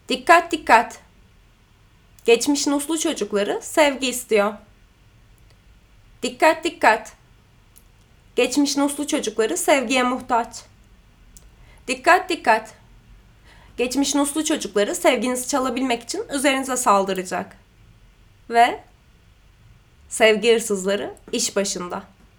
Dikkat dikkat! Geçmişin uslu çocukları sevgi istiyor. Dikkat dikkat! Geçmişin uslu çocukları sevgiye muhtaç. Dikkat dikkat! Geçmişin uslu çocukları sevginizi çalabilmek için üzerinize saldıracak. Ve sevgi hırsızları iş başında.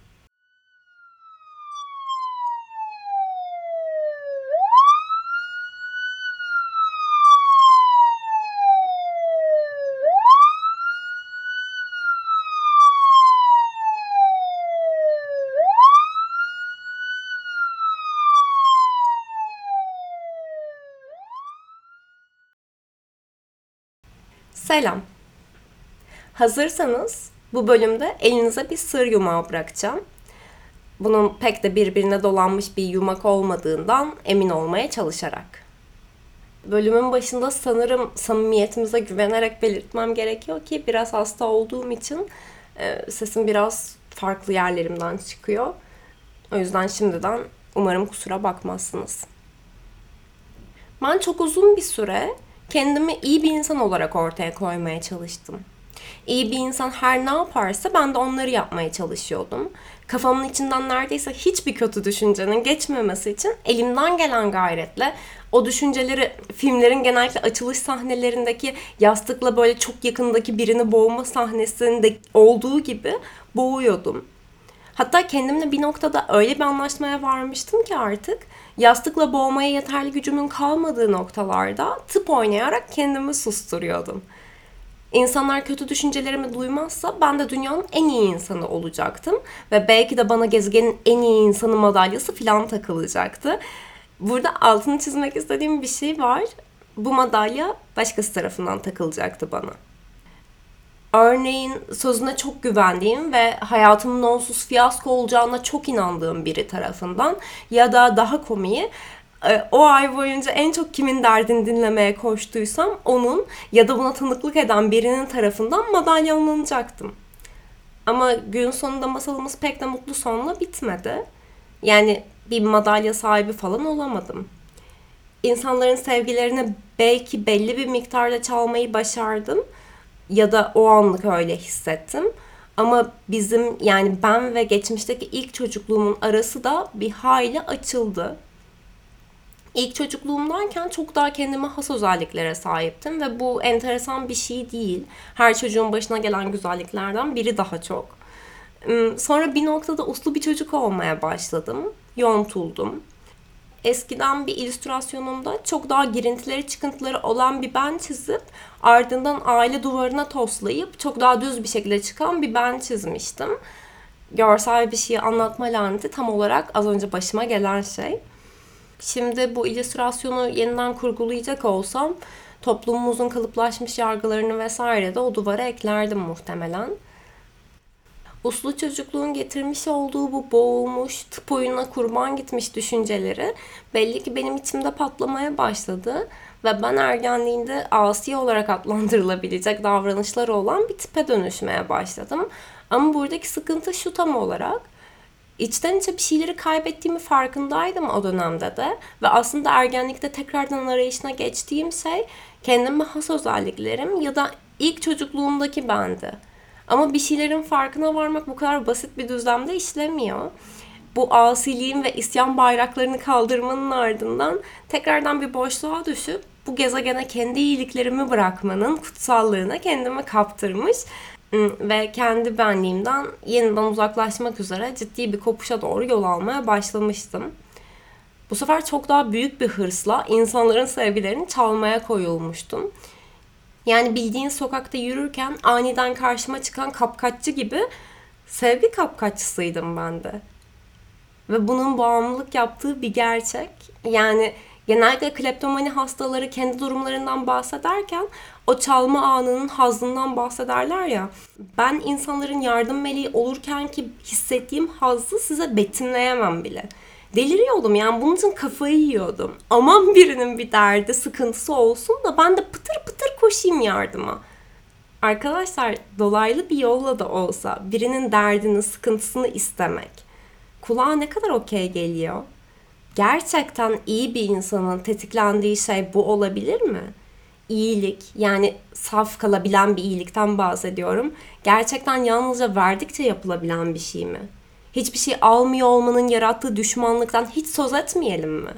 Selam. Hazırsanız bu bölümde elinize bir sır yumağı bırakacağım. Bunun pek de birbirine dolanmış bir yumak olmadığından emin olmaya çalışarak. Bölümün başında sanırım samimiyetimize güvenerek belirtmem gerekiyor ki biraz hasta olduğum için sesim biraz farklı yerlerimden çıkıyor. O yüzden şimdiden umarım kusura bakmazsınız. Ben çok uzun bir süre kendimi iyi bir insan olarak ortaya koymaya çalıştım. İyi bir insan her ne yaparsa ben de onları yapmaya çalışıyordum. Kafamın içinden neredeyse hiçbir kötü düşüncenin geçmemesi için elimden gelen gayretle o düşünceleri filmlerin genellikle açılış sahnelerindeki yastıkla böyle çok yakındaki birini boğma sahnesinde olduğu gibi boğuyordum. Hatta kendimle bir noktada öyle bir anlaşmaya varmıştım ki artık yastıkla boğmaya yeterli gücümün kalmadığı noktalarda tıp oynayarak kendimi susturuyordum. İnsanlar kötü düşüncelerimi duymazsa ben de dünyanın en iyi insanı olacaktım. Ve belki de bana gezegenin en iyi insanı madalyası falan takılacaktı. Burada altını çizmek istediğim bir şey var. Bu madalya başkası tarafından takılacaktı bana. Örneğin sözüne çok güvendiğim ve hayatımın onsuz fiyasko olacağına çok inandığım biri tarafından ya da daha komiği o ay boyunca en çok kimin derdini dinlemeye koştuysam onun ya da buna tanıklık eden birinin tarafından madalyonlanacaktım. Ama gün sonunda masalımız pek de mutlu sonla bitmedi. Yani bir madalya sahibi falan olamadım. İnsanların sevgilerini belki belli bir miktarda çalmayı başardım ya da o anlık öyle hissettim. Ama bizim yani ben ve geçmişteki ilk çocukluğumun arası da bir hayli açıldı. İlk çocukluğumdayken çok daha kendime has özelliklere sahiptim ve bu enteresan bir şey değil. Her çocuğun başına gelen güzelliklerden biri daha çok. Sonra bir noktada uslu bir çocuk olmaya başladım. Yontuldum. Eskiden bir illüstrasyonumda çok daha girintileri çıkıntıları olan bir ben çizip ardından aile duvarına toslayıp çok daha düz bir şekilde çıkan bir ben çizmiştim. Görsel bir şeyi anlatma laneti tam olarak az önce başıma gelen şey. Şimdi bu illüstrasyonu yeniden kurgulayacak olsam toplumumuzun kalıplaşmış yargılarını vesaire de o duvara eklerdim muhtemelen. Uslu çocukluğun getirmiş olduğu bu boğulmuş, tıp oyununa kurban gitmiş düşünceleri belli ki benim içimde patlamaya başladı ve ben ergenliğinde asi olarak adlandırılabilecek davranışları olan bir tipe dönüşmeye başladım. Ama buradaki sıkıntı şu tam olarak, İçten içe bir şeyleri kaybettiğimi farkındaydım o dönemde de. Ve aslında ergenlikte tekrardan arayışına geçtiğim şey kendime has özelliklerim ya da ilk çocukluğumdaki bendi. Ama bir şeylerin farkına varmak bu kadar basit bir düzlemde işlemiyor. Bu asiliğin ve isyan bayraklarını kaldırmanın ardından tekrardan bir boşluğa düşüp bu gezegene kendi iyiliklerimi bırakmanın kutsallığına kendimi kaptırmış ve kendi benliğimden yeniden uzaklaşmak üzere ciddi bir kopuşa doğru yol almaya başlamıştım. Bu sefer çok daha büyük bir hırsla insanların sevgilerini çalmaya koyulmuştum. Yani bildiğin sokakta yürürken aniden karşıma çıkan kapkaççı gibi sevgi kapkaççısıydım ben de. Ve bunun bağımlılık yaptığı bir gerçek. Yani genellikle kleptomani hastaları kendi durumlarından bahsederken o çalma anının hazzından bahsederler ya. Ben insanların yardım meleği olurken ki hissettiğim hazzı size betimleyemem bile. Deliriyordum yani bunun için kafayı yiyordum. Aman birinin bir derdi, sıkıntısı olsun da ben de pıtır pıtır koşayım yardıma. Arkadaşlar dolaylı bir yolla da olsa birinin derdini, sıkıntısını istemek kulağa ne kadar okey geliyor? Gerçekten iyi bir insanın tetiklendiği şey bu olabilir mi? iyilik, yani saf kalabilen bir iyilikten bahsediyorum. Gerçekten yalnızca verdikçe yapılabilen bir şey mi? Hiçbir şey almıyor olmanın yarattığı düşmanlıktan hiç söz etmeyelim mi?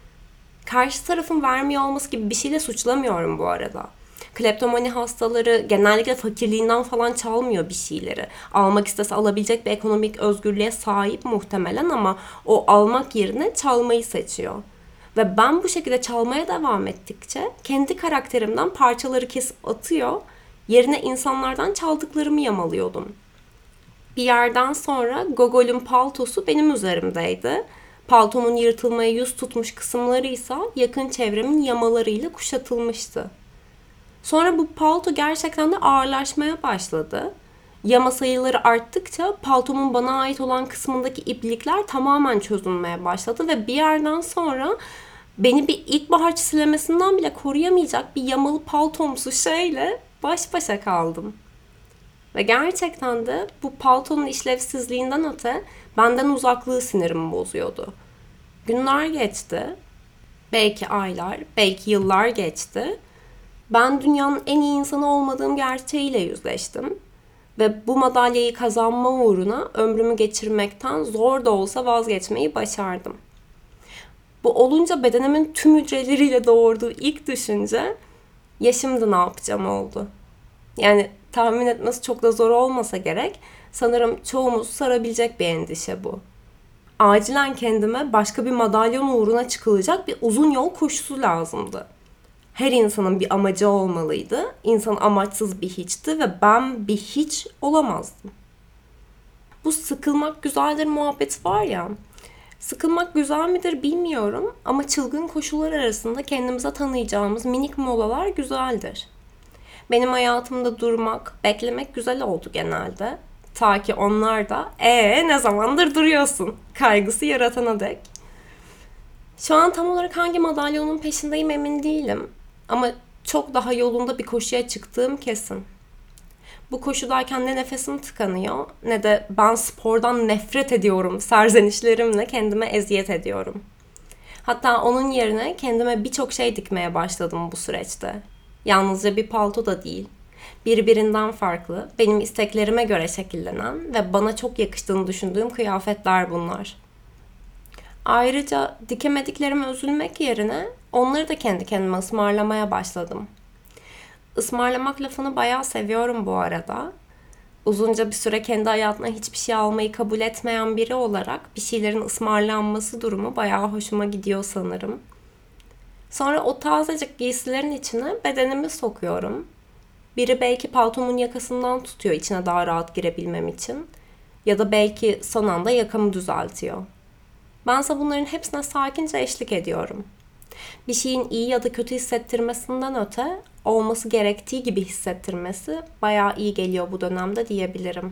Karşı tarafın vermiyor olması gibi bir şeyle suçlamıyorum bu arada. Kleptomani hastaları genellikle fakirliğinden falan çalmıyor bir şeyleri. Almak istese alabilecek bir ekonomik özgürlüğe sahip muhtemelen ama o almak yerine çalmayı seçiyor. Ve ben bu şekilde çalmaya devam ettikçe kendi karakterimden parçaları kesip atıyor, yerine insanlardan çaldıklarımı yamalıyordum. Bir yerden sonra Gogol'ün paltosu benim üzerimdeydi. Paltonun yırtılmaya yüz tutmuş kısımları ise yakın çevremin yamalarıyla kuşatılmıştı. Sonra bu palto gerçekten de ağırlaşmaya başladı. Yama sayıları arttıkça paltomun bana ait olan kısmındaki iplikler tamamen çözülmeye başladı ve bir yerden sonra beni bir ilkbahar çisilemesinden bile koruyamayacak bir yamalı paltomsu şeyle baş başa kaldım. Ve gerçekten de bu paltonun işlevsizliğinden öte benden uzaklığı sinirimi bozuyordu. Günler geçti. Belki aylar, belki yıllar geçti. Ben dünyanın en iyi insanı olmadığım gerçeğiyle yüzleştim. Ve bu madalyayı kazanma uğruna ömrümü geçirmekten zor da olsa vazgeçmeyi başardım. Bu olunca bedenimin tüm hücreleriyle doğurduğu ilk düşünce ya şimdi ne yapacağım oldu. Yani tahmin etmesi çok da zor olmasa gerek. Sanırım çoğumuzu sarabilecek bir endişe bu. Acilen kendime başka bir madalyon uğruna çıkılacak bir uzun yol koşusu lazımdı. Her insanın bir amacı olmalıydı. İnsan amaçsız bir hiçti ve ben bir hiç olamazdım. Bu sıkılmak güzeldir muhabbeti var ya. Sıkılmak güzel midir bilmiyorum ama çılgın koşullar arasında kendimize tanıyacağımız minik molalar güzeldir. Benim hayatımda durmak, beklemek güzel oldu genelde. Ta ki onlar da ne zamandır duruyorsun kaygısı yaratana dek. Şu an tam olarak hangi madalyonun peşindeyim emin değilim. Ama çok daha yolunda bir koşuya çıktığım kesin. Bu koşudayken ne nefesim tıkanıyor ne de ben spordan nefret ediyorum serzenişlerimle kendime eziyet ediyorum. Hatta onun yerine kendime birçok şey dikmeye başladım bu süreçte. Yalnızca bir palto da değil. Birbirinden farklı, benim isteklerime göre şekillenen ve bana çok yakıştığını düşündüğüm kıyafetler bunlar. Ayrıca dikemediklerime üzülmek yerine onları da kendi kendime ısmarlamaya başladım. Ismarlamak lafını bayağı seviyorum bu arada. Uzunca bir süre kendi hayatına hiçbir şey almayı kabul etmeyen biri olarak bir şeylerin ısmarlanması durumu bayağı hoşuma gidiyor sanırım. Sonra o tazecik giysilerin içine bedenimi sokuyorum. Biri belki paltomun yakasından tutuyor içine daha rahat girebilmem için. Ya da belki son anda yakamı düzeltiyor. Bense bunların hepsine sakince eşlik ediyorum. Bir şeyin iyi ya da kötü hissettirmesinden öte olması gerektiği gibi hissettirmesi bayağı iyi geliyor bu dönemde diyebilirim.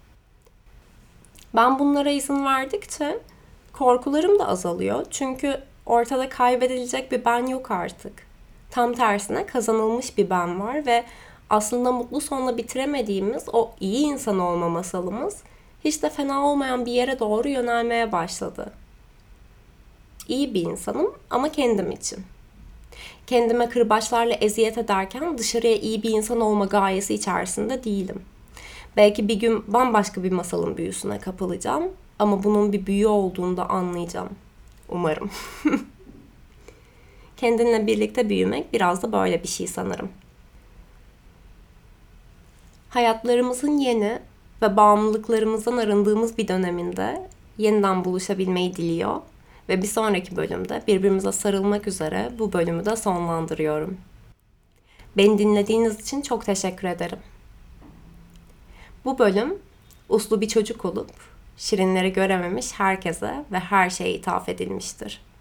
Ben bunlara izin verdikçe korkularım da azalıyor. Çünkü ortada kaybedilecek bir ben yok artık. Tam tersine kazanılmış bir ben var ve aslında mutlu sonla bitiremediğimiz o iyi insan olma masalımız hiç de fena olmayan bir yere doğru yönelmeye başladı. İyi bir insanım ama kendim için. Kendime kırbaçlarla eziyet ederken dışarıya iyi bir insan olma gayesi içerisinde değilim. Belki bir gün bambaşka bir masalın büyüsüne kapılacağım ama bunun bir büyü olduğunu da anlayacağım. Umarım. Kendinle birlikte büyümek biraz da böyle bir şey sanırım. Hayatlarımızın yeni ve bağımlılıklarımızdan arındığımız bir döneminde yeniden buluşabilmeyi diliyor ve bir sonraki bölümde birbirimize sarılmak üzere bu bölümü de sonlandırıyorum. Beni dinlediğiniz için çok teşekkür ederim. Bu bölüm uslu bir çocuk olup şirinleri görememiş herkese ve her şeye ithaf edilmiştir.